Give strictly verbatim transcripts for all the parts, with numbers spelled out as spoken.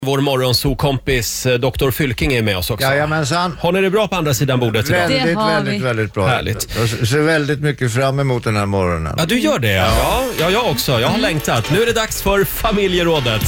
Vår morgonsokompis doktor Fylking är med oss också. Jajamensan. Har ni det bra på andra sidan bordet idag? Väldigt, Det har väldigt, vi. väldigt bra. Härligt. Jag ser väldigt mycket fram emot den här morgonen. Ja, du gör det. Ja, ja, ja jag också. Jag har längtat. Nu är det dags för familjerådet.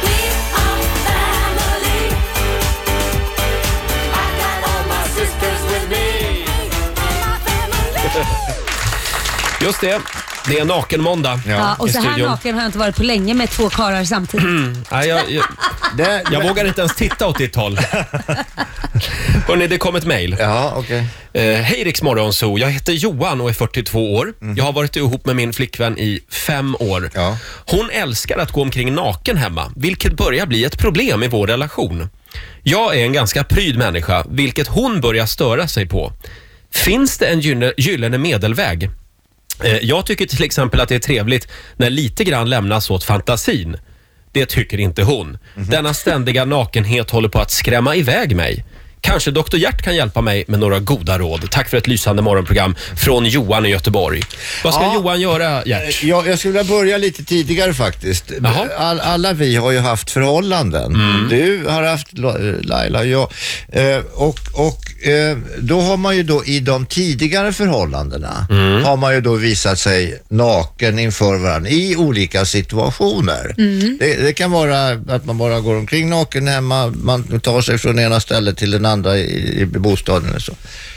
Just det. Det är nakenmåndag. Ja. Ja, och i så här studion. naken har jag inte varit på länge med två karar samtidigt. Nej, jag, jag, Det, jag vågar inte ens titta åt ditt håll. Hörrni, det kom ett mejl. Ja, okej. Eh, Hej Riks Morgonzoo, jag heter Johan och är fyrtiotvå år. Jag har varit ihop med min flickvän i fem år. Ja. Hon älskar att gå omkring naken hemma, vilket börjar bli ett problem i vår relation. Jag är en ganska pryd människa, vilket hon börjar störa sig på. Finns det en gyllene, gyllene medelväg? Eh, jag tycker till exempel att det är trevligt när lite grann lämnas åt fantasin. Det tycker inte hon. Denna ständiga nakenhet håller på att skrämma iväg mig. Kanske doktor Gert kan hjälpa mig med några goda råd. Tack för ett lysande morgonprogram från Johan i Göteborg. Vad ska Ja. Johan göra, Gert? Jag, jag skulle vilja börja lite tidigare faktiskt. Jaha. All, alla vi har ju haft förhållanden. Du har haft Laila och jag. Eh, och och eh, då har man ju då i de tidigare förhållandena har man ju då visat sig naken inför varandra i olika situationer. Det, det kan vara att man bara går omkring naken hemma, man tar sig från ena stället till den andra i, i bostaden eller så.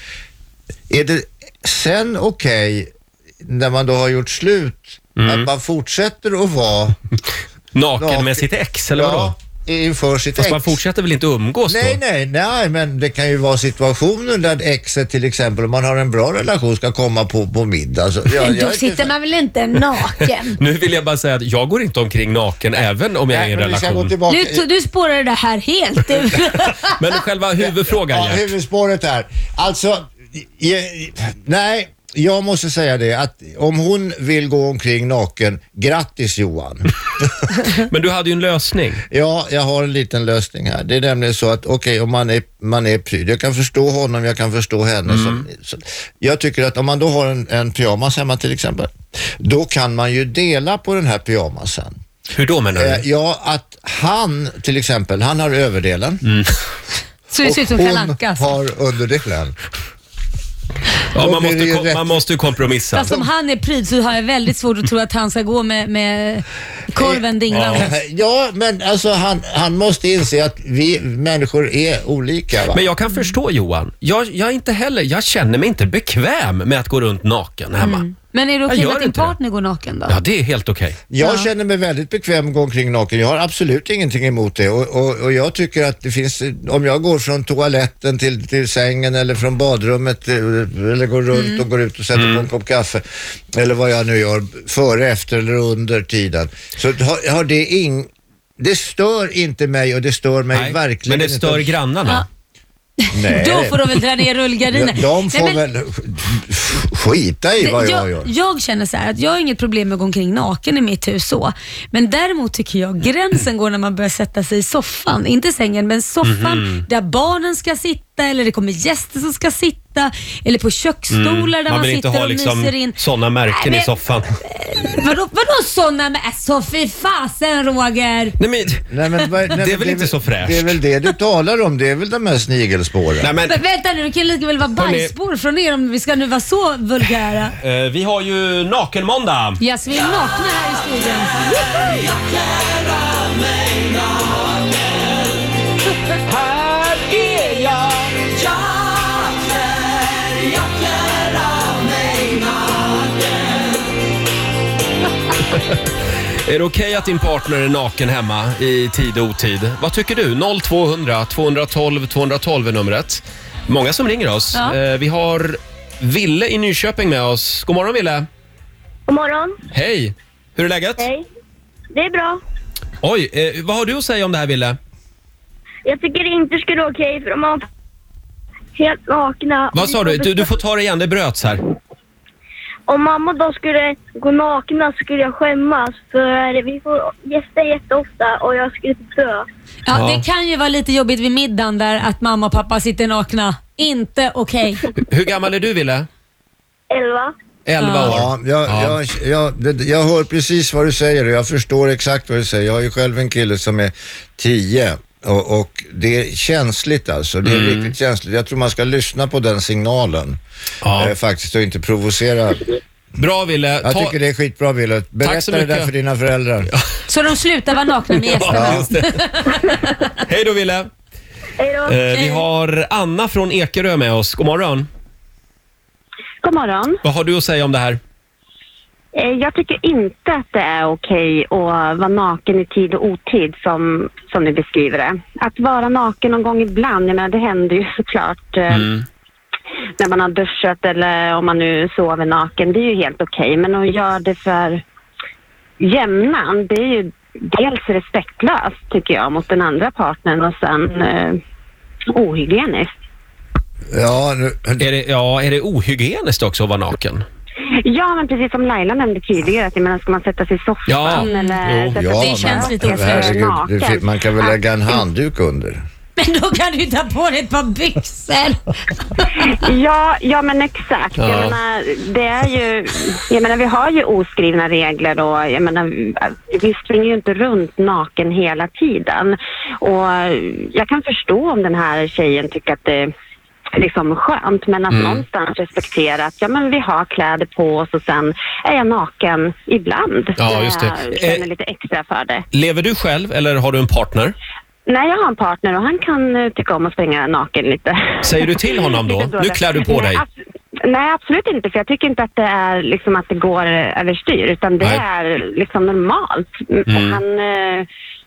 Är det sen okej okay, när man då har gjort slut att man fortsätter att vara Naken naken. med sitt ex, eller vadå? ja, inför sitt Fast ex? man fortsätter väl inte umgås då? Nej, nej, nej, men det kan ju vara situationer där exet till exempel, om man har en bra relation, ska komma på, på middag. Så, ja, Men jag då är sitter inte- man väl inte naken? Nu vill jag bara säga att jag går inte omkring naken även om jag är i Nej, en men vi ska gå relation. tillbaka. Nu, t- du spårar det här helt. Du. Men själva huvudfrågan, Ja, Gert. huvudspåret här. Alltså, i- nej, jag måste säga det att om hon vill gå omkring naken, grattis Johan. Men du hade ju en lösning. Ja, jag har en liten lösning här. Det är nämligen så att okej, okay, om man är, man är pryd. Jag kan förstå honom, jag kan förstå henne. Som, så, jag tycker att om man då har en, en pyjamas hemma till exempel, då kan man ju dela på den här pyjamasen. Hur då menar du? Eh, ja, att han till exempel, han har överdelen. Så det ser ut som och Kalle hon Anka. har underdelen. Ja, då man, blir måste, det ju kom- rätt- man måste ju kompromissa. Fast om han är pryd så har jag väldigt svårt att tro att han ska gå med, med korven dinglande. Ja, men alltså han, han måste inse att vi människor är olika, va? Men jag kan förstå Johan. Jag, jag är inte heller, jag känner mig inte bekväm med att gå runt naken hemma. Men är det Jag okej gör att din inte det. partner går naken då? Ja, det är helt okej. Jag Ja. känner mig väldigt bekväm att gå omkring naken. Jag har absolut ingenting emot det. Och, och, och jag tycker att det finns, om jag går från toaletten till, till sängen eller från badrummet eh, eller går runt och går ut och sätter på en kopp kaffe eller vad jag nu gör, före, efter eller under tiden, så har, har det ing, det stör inte mig och det stör mig Nej, verkligen men det stör inte. grannarna. Nej. Då får de väl dra ner rullgardinen. De får Nej, men- väl skita i vad jag jag, gör. jag känner så här att jag har inget problem med att gå omkring naken i mitt hus så. Men däremot tycker jag gränsen går när man börjar sätta sig i soffan. Inte sängen, men soffan där barnen ska sitta eller det kommer gäster som ska sitta eller på köksstolar där Man man, vill inte sitter ha och liksom myser in. sådana märken Nej, men- i soffan. Vadå, vadå sådana med? Så fy fasen Roger. Nej, men, Nej, men, vad- nej, Det är men väl inte så fräscht? Det är väl det du talar om, det är väl de här snigelspåren. nej, men, Men vänta nu, det kan lika väl vara bajsspår från er om vi ska nu vara så vulgära. eh, vi har ju nakenmåndag. Ja, så vi är nakna här i studion. Här är jag. Är det okej att din partner är naken hemma i tid och otid? Vad tycker du? noll tvåhundra tvåhundratolv tvåhundratolv är numret. Många som ringer oss. Ja. Eh, vi har Ville i Nyköping med oss. God morgon Ville. God morgon. Hej. Hur är läget? Hej. Det är bra. Oj, eh, vad har du att säga om det här Ville? Jag tycker inte det skulle vara okej för de har helt nakna. Vad sa du? du? Du får ta det igen, det bröts här. Om mamma då skulle gå nakna så skulle jag skämmas för vi får gäster jätteofta och jag skulle dö. Ja, Ja. det kan ju vara lite jobbigt vid middagen där att mamma och pappa sitter nakna. Inte okej. Hur gammal är du Ville? Elva. elva år. Ja, jag, Ja. Jag, jag, det- jag hör precis vad du säger och jag förstår exakt vad du säger. Jag har ju själv en kille som är tio Och, och det är känsligt alltså. Det är Mm. riktigt känsligt. Jag tror man ska lyssna på den signalen. Ja. Eh, faktiskt och inte provocera. Bra, Ville. Jag Ta... tycker det är skitbra, Ville. Berätta så det där mycket. för dina föräldrar. Så de slutar vara nakna med gästerna. Ja, just det. Hej då, Ville. Hej då. Eh, vi har Anna från Ekerö med oss. God morgon. God morgon. Vad har du att säga om det här? Eh, Jag tycker inte att det är okej att vara naken i tid och otid som, som ni beskriver det. Att vara naken någon gång ibland, jag menar, det händer ju såklart eh, Mm. när man har duschat eller om man nu sover naken. Det är ju helt okej, men att göra det för jämnan, det är ju dels respektlöst tycker jag mot den andra partnern och sen eh, ohygieniskt. Ja, nu, Är det, ja, är det ohygieniskt också att vara naken? Ja, men precis som Laila nämnde tidigare, att jag menar, ska man sätta sig i soffan Ja, eller jo. sätta ja, sig det känns lite naken, ofräscht. eller herregud, det, fin- man kan väl lägga en handduk under. Men då kan du ta på dig ett par byxor. Ja, ja men exakt. Ja. Jag menar, det är ju, jag menar, vi har ju oskrivna regler och jag menar, vi springer ju inte runt naken hela tiden. Och jag kan förstå om den här tjejen tycker att det är liksom skönt, men att Mm. någonstans respektera att ja, men vi har kläder på oss och sen är jag naken ibland. Ja, just det. Jag känner Eh. lite extra för det. Lever du själv eller har du en partner? Nej, jag har en partner och han kan uh, tycka om att springa naken lite. Säger du till honom då? Lite Nu dåligt. klär du på Nej, dig. abs- Nej, absolut inte. För jag tycker inte att det är liksom att det går eh, överstyr. Utan det Nej. är liksom normalt. Mm. Mm. Han, eh,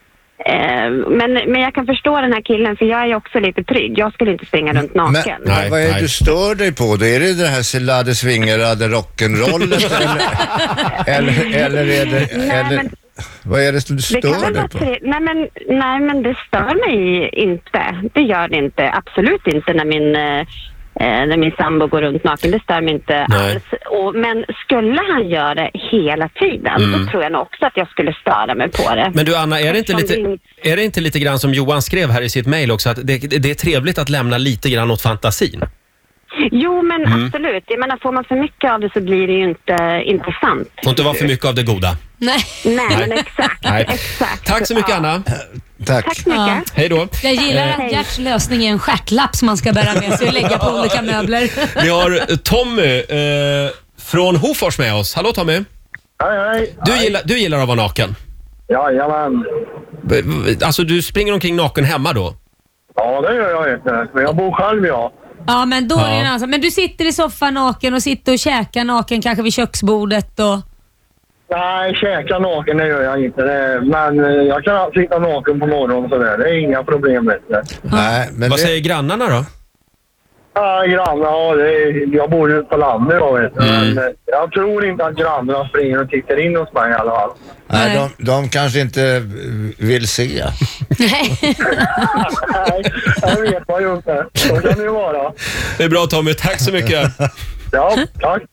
eh, men, men jag kan förstå den här killen. För jag är också lite pryd. Jag skulle inte springa runt Men naken. Nej, vad är det nej. du stör dig på då? Är det det här selade swingerade rock'n'rollet eller, eller, eller är det... Nej, eller, men- vad är det som du Det kan stör väl dig vara på? tre... nej, men, nej, men det stör mig inte. Det gör det inte. Absolut inte när min... Eh, Eh, när min sambo går runt naken, det stör mig inte Nej. alls. Och, men skulle han göra det hela tiden, Mm. då tror jag nog också att jag skulle störa mig på det. Men du Anna, är det, inte Eftersom lite, är det inte lite grann som Johan skrev här i sitt mejl också, att det, det är trevligt att lämna lite grann åt fantasin? Jo, men Mm. absolut. Jag menar, får man för mycket av det så blir det ju inte intressant. Får inte vara för mycket av det goda. Nej. Nej, men exakt. Nej. exakt. Tack så mycket Ja. Anna. Tack. Tack så mycket. Ja. Hej då. Jag gillar att Gerts lösning är en stjärtlapp som man ska bära med sig och lägga på olika möbler. Vi har eh, Tommy eh, från Hofors med oss. Hallå Tommy. Hej, hej. Du gillar, du gillar att vara naken. Jajamän. B- b- Alltså du springer omkring naken hemma då? Ja, det gör jag inte. Men jag bor själv, ja. Ja, men då är det Ja. en annan sak. Men du sitter i soffan naken och sitter och käkar naken kanske vid köksbordet och... Nej, käka naken, det gör jag inte. Det, men eh, jag kan alltid sitta naken på morgonen sådär. Det är inga problem med det. Nej, men Vad det, säger grannarna då? Ja, grannar, ja, det är, jag bor ute på landet, jag vet. Mm. Men eh, jag tror inte att grannarna springer och tittar in hos mig i alla fall. nej, Nej. de, de kanske inte eh, vill se. Nej. Nej, jag vet man ju inte. Så kan det ju vara. Det är bra Tommy, tack så mycket. Ja, tack.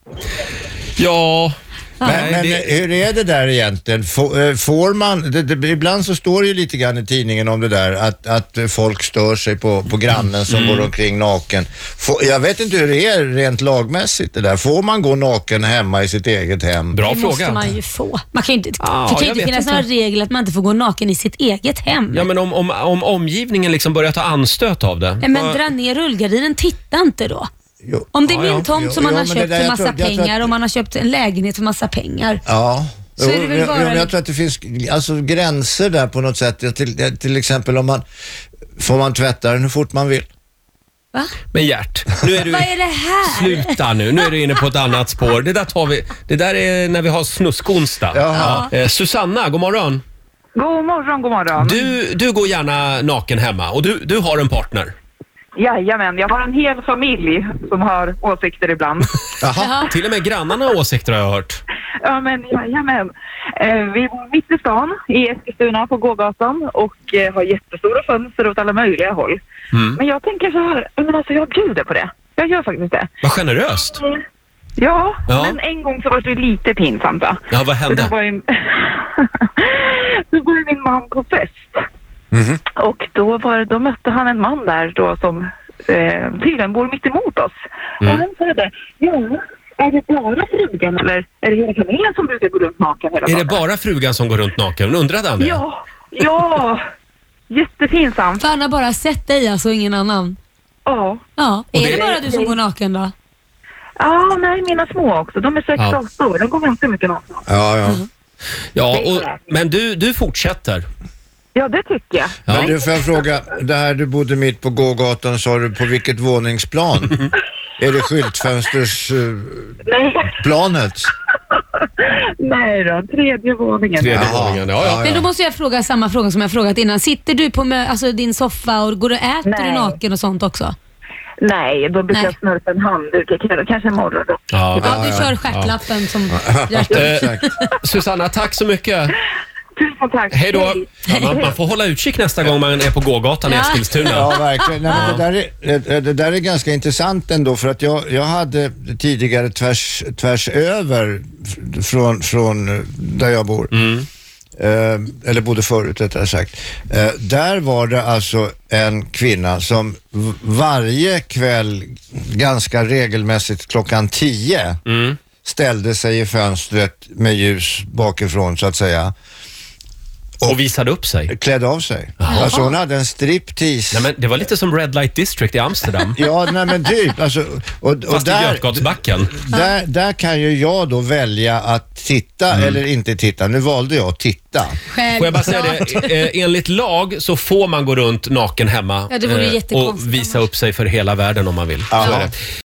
Ja, Men, nej, men det, hur är det där egentligen? Får, eh, får man, det, det, ibland så står det ju lite grann i tidningen om det där att, att folk stör sig på, på grannen som Mm. går omkring naken. Får, jag vet inte hur det är rent lagmässigt det där. Får man gå naken hemma i sitt eget hem? bra Det fråga. måste man ju få. Man kan ju inte, Ja, det kan ju jag inte vet finnas inte. några regler att man inte får gå naken i sitt eget hem. Ja, men om, om, om omgivningen liksom börjar ta anstöt av det. Nej, men vad- dra ner rullgardinen, titta inte då. Jo. Om det är Ja, min ja. tomt Jo, som man jo, har men det köpt där, för jag massa tror- jag tror pengar att- och man har köpt en lägenhet för massa pengar. Ja. Så är det Jo, väl jag, bara- jag, jag tror att det finns alltså, gränser där på något sätt. Jag Till, till exempel om man får man tvätta den hur fort man vill. Va? Men Gert, nu är du... Vad är det här? Sluta nu, nu är du inne på ett annat spår. Det där tar vi, det där är när vi har snuskonsdag. Jaha. Eh, Susanna, god morgon. God morgon, god morgon. Du, du går gärna naken hemma och du, du har en partner. Jajamän, jag har en hel familj som har åsikter ibland. Jaha. Jaha. Till och med grannarna har åsikter har jag hört. Ja, men jajamän. Eh, vi bor mitt i stan i Eskilstuna på gågatan och eh, har jättestora fönster åt alla möjliga håll. Mm. Men jag tänker så här, men alltså jag bjuder på det. Jag gör faktiskt det. Vad generöst. Ja, Ja. men en gång så var det lite pinsamt va? Ja, vad För hände? Då var, ju... då var ju min man på fest. Mhm. Och då, var, då mötte han en man där då som eh, tydligen bor mitt emot oss. Mm. Och han sa det, ja, är det bara frugan eller är det hela familjen som brukar gå runt naken hela Är det dagen? bara frugan som går runt naken? Undrade han det? Ja, ja. Jättepinsamt. För han har bara sett dig alltså, ingen annan. Ja. Ja, Och är det- det bara du som går naken då? Ja, nej, mina små också. De är sex Ja. och åtta år. De går ganska mycket nakna. Ja, ja. Ja, och, men du, du fortsätter. Ja, det tycker jag. Men du, får jag fråga, det här du bodde mitt på gågatan, sa du på vilket våningsplan? Är det skyltfönstersplanet? Nej. Nej då, tredje våningen. Tredje Jaha. våningen, ja, ja. Men då måste jag fråga samma fråga som jag frågat innan. Sitter du på mö- alltså, din soffa och går och äter Nej. du naken och sånt också? Nej, då brukar Nej. jag snurra en handduk. Kanske imorgon då. Ja. Ja, du kör stjärtlappen som hjärtat. Eh, Susanna, tack så mycket. Tusen tack. Hej då. Ja, man, man får hålla utkik nästa gång man är på gågatan i Ja. Eskilstuna. Ja, verkligen. Nej, men det, där är, det där är ganska intressant ändå, för att jag, jag hade tidigare tvärs, tvärs över f- från, från där jag bor. Eh, eller bodde förut rättare sagt. Eh, där var det alltså en kvinna som v- varje kväll ganska regelmässigt klockan tio ställde sig i fönstret med ljus bakifrån så att säga. Och visade upp sig. Klädde av sig. Alltså hon hade en striptease. Nej, men det var lite som Red Light District i Amsterdam. Ja, nej men typ. Alltså, och, och Fast i där, Götgatsbacken. där, där kan ju jag då välja att titta eller inte titta. Nu valde jag att titta. Får jag bara säga det, eh, enligt lag så får man gå runt naken hemma Ja, det vore eh, och jättekonstigt visa annars. upp sig för hela världen om man vill. Så är det.